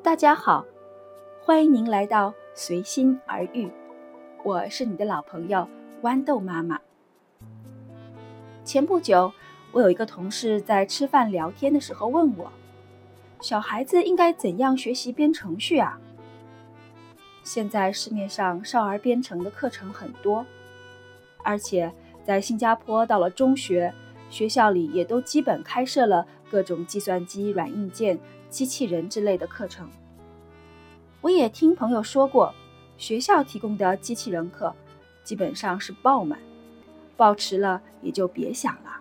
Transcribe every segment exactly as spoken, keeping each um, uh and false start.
大家好，欢迎您来到随心而遇，我是你的老朋友豌豆妈妈。前不久，我有一个同事在吃饭聊天的时候问我，小孩子应该怎样学习编程序啊？现在市面上少儿编程的课程很多，而且在新加坡到了中学，学校里也都基本开设了各种计算机软硬件、机器人之类的课程。我也听朋友说过，学校提供的机器人课基本上是爆满，报迟了也就别想了。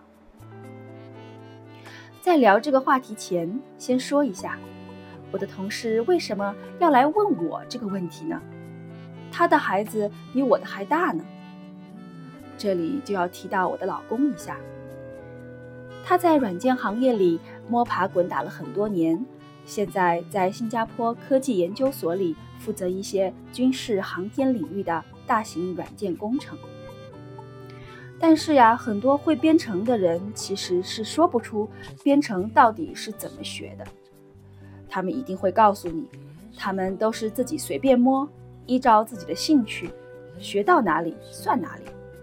在聊这个话题前，先说一下，我的同事为什么要来问我这个问题呢？他的孩子比我的还大呢。这里就要提到我的老公一下，他在软件行业里摸爬滚打了很多年，现在在新加坡科技研究所里负责一些军事航天领域的大型软件工程。但是呀，很多会编程的人其实是说不出编程到底是怎么学的。他们一定会告诉你，他们都是自己随便摸，依照自己的兴趣，学到哪里算哪里。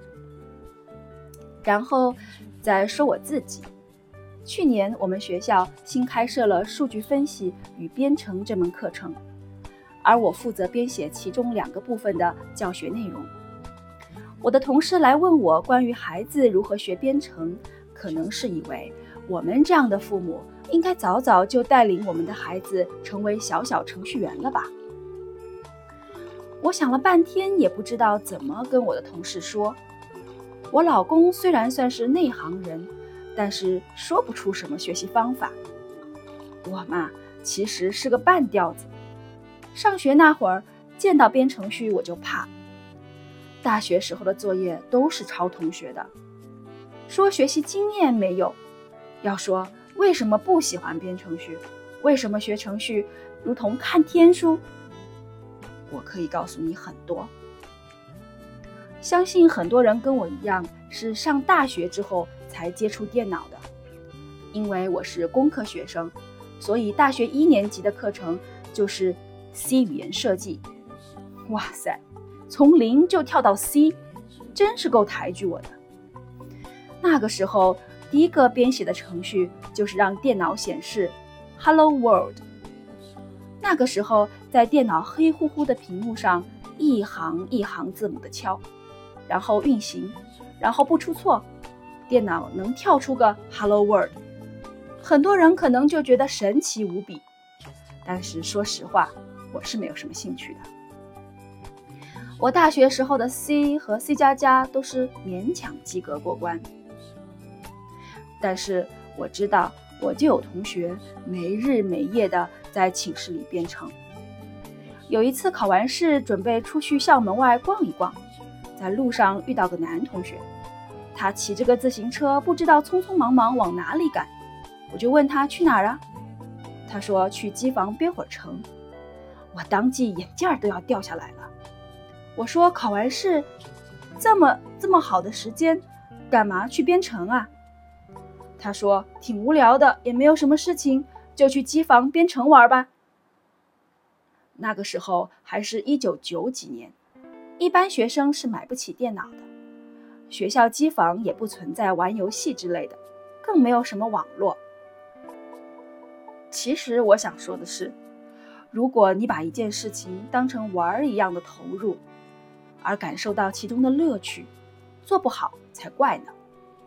然后再说我自己，去年我们学校新开设了数据分析与编程这门课程，而我负责编写其中两个部分的教学内容。我的同事来问我关于孩子如何学编程，可能是以为我们这样的父母应该早早就带领我们的孩子成为小小程序员了吧。我想了半天也不知道怎么跟我的同事说。我老公虽然算是内行人，但是说不出什么学习方法。我嘛，其实是个半吊子。上学那会儿，见到编程序我就怕。大学时候的作业都是抄同学的。说学习经验没有，要说为什么不喜欢编程序，为什么学程序如同看天书，我可以告诉你很多。相信很多人跟我一样是上大学之后才接触电脑的。因为我是工科学生，所以大学一年级的课程就是 C 语言设计。哇塞，从零就跳到 C， 真是够抬举我的。那个时候第一个编写的程序就是让电脑显示 Hello World。 那个时候在电脑黑乎乎的屏幕上一行一行字母的敲，然后运行，然后不出错，电脑能跳出个 Hello World。 很多人可能就觉得神奇无比，但是说实话，我是没有什么兴趣的。我大学时候的 C 和 C 加加都是勉强及格过关，但是我知道我就有同学没日没夜的在寝室里编程。有一次考完试准备出去校门外逛一逛，在路上遇到个男同学，他骑着个自行车不知道匆匆忙忙往哪里赶，我就问他去哪儿啊？他说去机房编会儿程。我当即眼镜都要掉下来了。我说考完试这么这么好的时间，干嘛去编程啊？他说挺无聊的，也没有什么事情，就去机房编程玩吧。那个时候还是一九九几年，一般学生是买不起电脑的，学校机房也不存在玩游戏之类的，更没有什么网络。其实我想说的是，如果你把一件事情当成玩一样的投入，而感受到其中的乐趣，做不好才怪呢。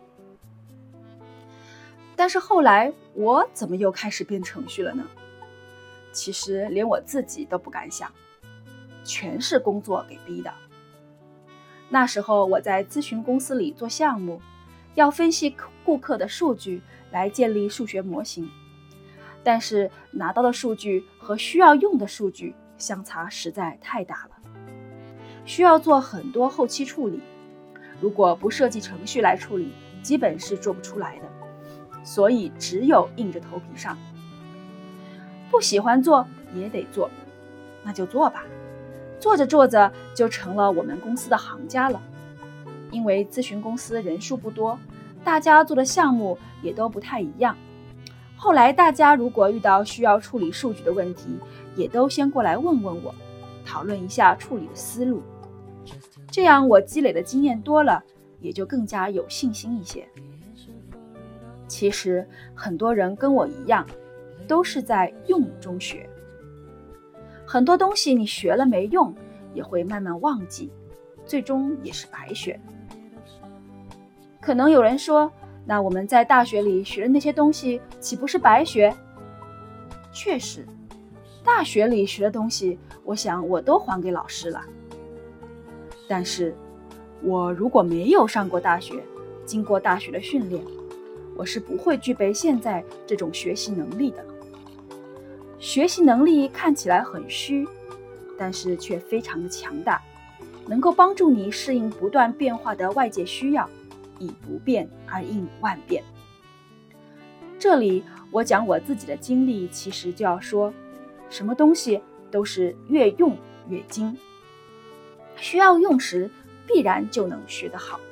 但是后来我怎么又开始编程序了呢？其实连我自己都不敢想，全是工作给逼的。那时候我在咨询公司里做项目，要分析顾客的数据来建立数学模型，但是拿到的数据和需要用的数据相差实在太大了，需要做很多后期处理，如果不设计程序来处理，基本是做不出来的，所以只有硬着头皮上。不喜欢做也得做，那就做吧。做着做着就成了我们公司的行家了。因为咨询公司人数不多，大家做的项目也都不太一样， 后来大家如果遇到需要处理数据的问题，也都先过来问问我，讨论一下处理的思路。这样我积累的经验多了，也就更加有信心一些。其实很多人跟我一样，都是在用中学。很多东西你学了没用，也会慢慢忘记，最终也是白学。可能有人说，那我们在大学里学的那些东西岂不是白学？确实，大学里学的东西，我想我都还给老师了。但是我如果没有上过大学，经过大学的训练，我是不会具备现在这种学习能力的。学习能力看起来很虚，但是却非常的强大，能够帮助你适应不断变化的外界需要，以不变而应万变。这里我讲我自己的经历，其实就要说，什么东西都是越用越精，需要用时必然就能学得好。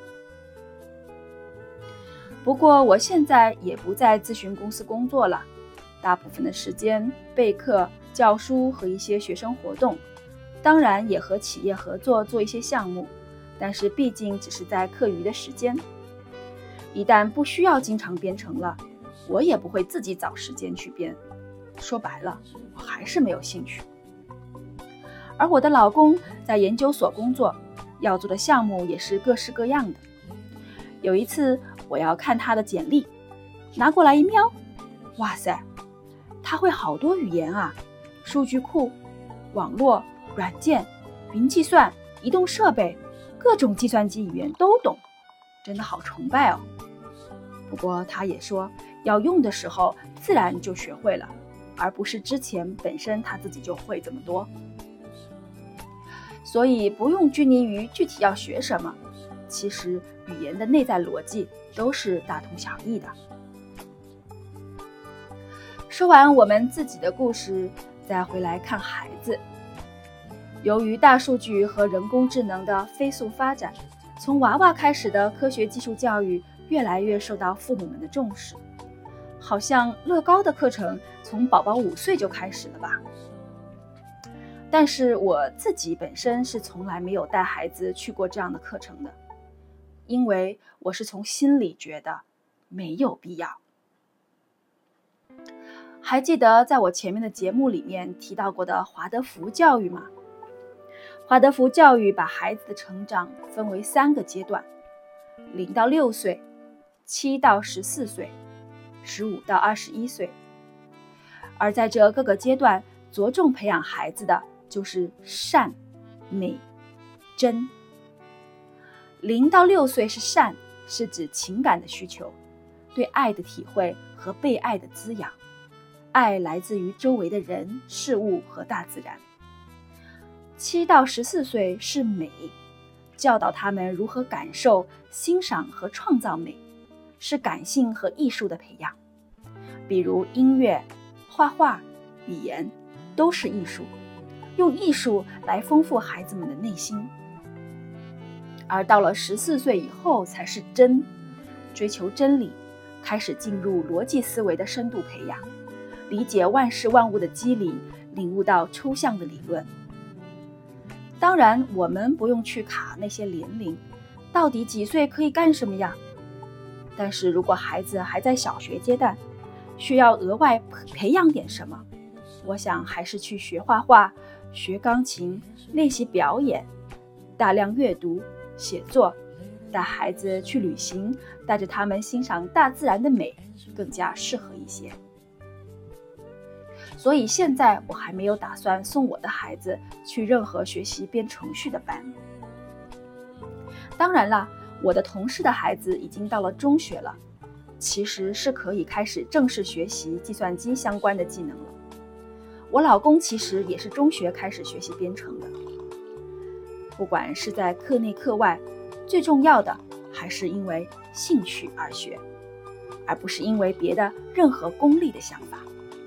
不过我现在也不在咨询公司工作了，大部分的时间备课、教书和一些学生活动，当然也和企业合作做一些项目，但是毕竟只是在课余的时间。一旦不需要经常编程了，我也不会自己找时间去编。说白了，我还是没有兴趣。而我的老公在研究所工作，要做的项目也是各式各样的。有一次我要看他的简历，拿过来一瞄，哇塞，他会好多语言啊，数据库、网络、软件、云计算、移动设备，各种计算机语言都懂，真的好崇拜哦。不过他也说，要用的时候自然就学会了，而不是之前本身他自己就会这么多。所以不用拘泥于具体要学什么，其实语言的内在逻辑都是大同小异的。说完我们自己的故事，再回来看孩子。由于大数据和人工智能的飞速发展，从娃娃开始的科学技术教育越来越受到父母们的重视。好像乐高的课程从宝宝五岁就开始了吧？但是我自己本身是从来没有带孩子去过这样的课程的，因为我是从心里觉得没有必要。还记得在我前面的节目里面提到过的华德福教育吗？华德福教育把孩子的成长分为三个阶段：零到六岁、七到十四岁、十五到二十一岁。而在这各个阶段，着重培养孩子的就是善、美、真。零到六岁是善，是指情感的需求，对爱的体会和被爱的滋养。爱来自于周围的人、事物和大自然。七到十四岁是美，教导他们如何感受、欣赏和创造美，是感性和艺术的培养。比如音乐、画画、语言都是艺术，用艺术来丰富孩子们的内心。而到了十四岁以后才是真，追求真理，开始进入逻辑思维的深度培养，理解万事万物的机理，领悟到抽象的理论。当然我们不用去卡那些年龄，到底几岁可以干什么呀？但是如果孩子还在小学阶段，需要额外培养点什么，我想还是去学画画、学钢琴、练习表演，大量阅读、写作，带孩子去旅行，带着他们欣赏大自然的美，更加适合一些。所以现在我还没有打算送我的孩子去任何学习编程序的班。当然了，我的同事的孩子已经到了中学了，其实是可以开始正式学习计算机相关的技能了。我老公其实也是中学开始学习编程的。不管是在课内课外，最重要的还是因为兴趣而学，而不是因为别的任何功利的想法。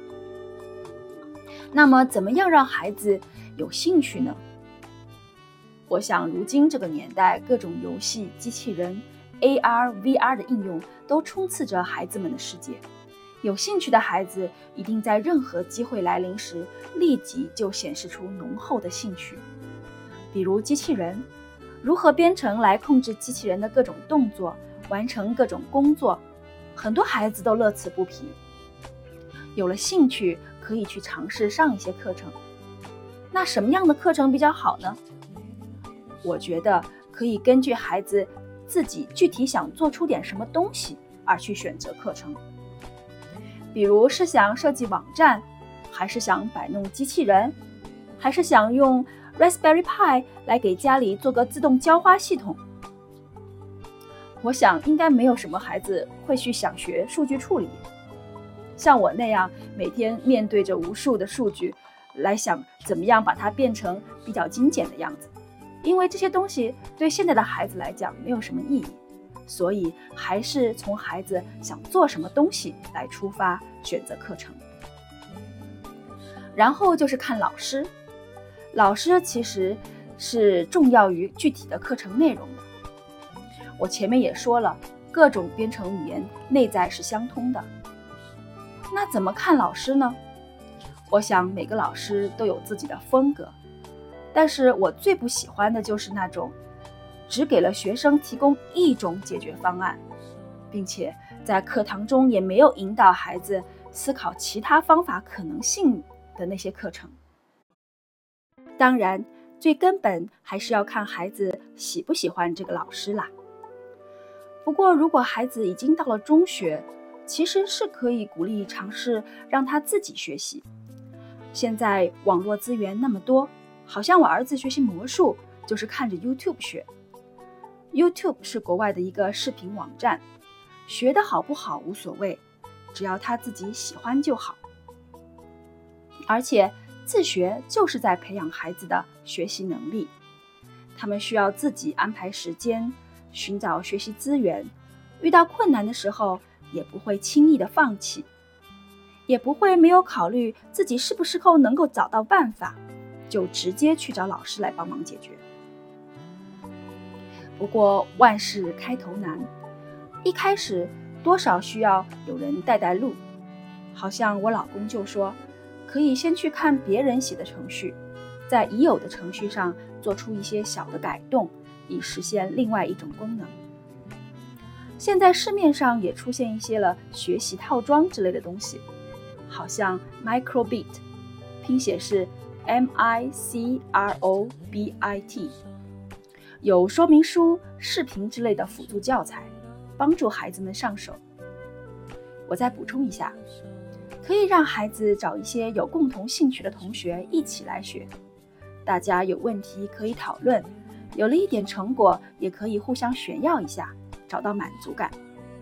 那么怎么样让孩子有兴趣呢？我想如今这个年代，各种游戏、机器人、A R、V R 的应用都充斥着孩子们的世界， 有兴趣的孩子一定在任何机会来临时，立即就显示出浓厚的兴趣。比如机器人，如何编程来控制机器人的各种动作，完成各种工作，很多孩子都乐此不疲。有了兴趣，可以去尝试上一些课程。那什么样的课程比较好呢？我觉得可以根据孩子自己具体想做出点什么东西而去选择课程。比如是想设计网站，还是想摆弄机器人，还是想用 Raspberry Pi 来给家里做个自动浇花系统。我想应该没有什么孩子会去想学数据处理，像我那样每天面对着无数的数据，来想怎么样把它变成比较精简的样子。因为这些东西对现在的孩子来讲没有什么意义，所以还是从孩子想做什么东西来出发选择课程。然后就是看老师，老师其实是重要于具体的课程内容的。我前面也说了，各种编程语言内在是相通的。那怎么看老师呢？我想每个老师都有自己的风格，但是我最不喜欢的就是那种只给了学生提供一种解决方案，并且在课堂中也没有引导孩子思考其他方法可能性的那些课程。当然，最根本还是要看孩子喜不喜欢这个老师啦。不过如果孩子已经到了中学，其实是可以鼓励尝试让他自己学习。现在网络资源那么多，好像我儿子学习魔术就是看着 YouTube 学。YouTube 是国外的一个视频网站，学得好不好无所谓，只要他自己喜欢就好。而且自学就是在培养孩子的学习能力，他们需要自己安排时间，寻找学习资源，遇到困难的时候也不会轻易的放弃，也不会没有考虑自己是不是后能够找到办法，就直接去找老师来帮忙解决。不过万事开头难，一开始多少需要有人带带路。好像我老公就说，可以先去看别人写的程序，在已有的程序上做出一些小的改动，以实现另外一种功能。现在市面上也出现一些了学习套装之类的东西，好像 Microbit， 拼写是 M I C R O B I T， 有说明书、视频之类的辅助教材，帮助孩子们上手。我再补充一下，可以让孩子找一些有共同兴趣的同学一起来学，大家有问题可以讨论，有了一点成果也可以互相炫耀一下，找到满足感。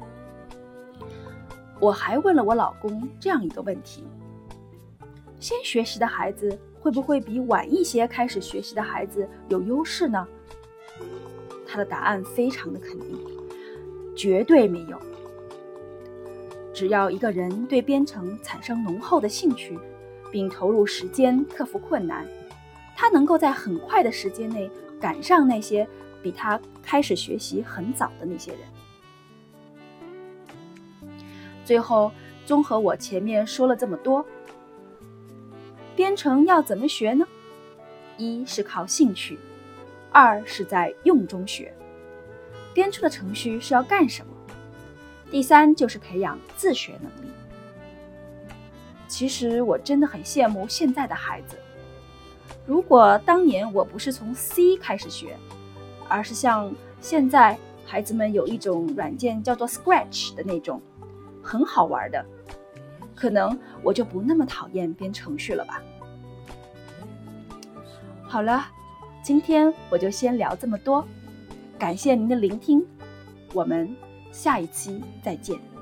我还问了我老公这样一个问题，先学习的孩子会不会比晚一些开始学习的孩子有优势呢？他的答案非常的肯定，绝对没有。只要一个人对编程产生浓厚的兴趣，并投入时间克服困难，他能够在很快的时间内赶上那些比他开始学习很早的那些人。最后，综合我前面说了这么多，编程要怎么学呢？一是靠兴趣，二是在用中学。编出的程序是要干什么？第三就是培养自学能力。其实我真的很羡慕现在的孩子，如果当年我不是从 C 开始学，而是像现在孩子们有一种软件叫做 Scratch 的那种很好玩的，可能我就不那么讨厌编程序了吧。好了，今天我就先聊这么多，感谢您的聆听，我们下一期再见。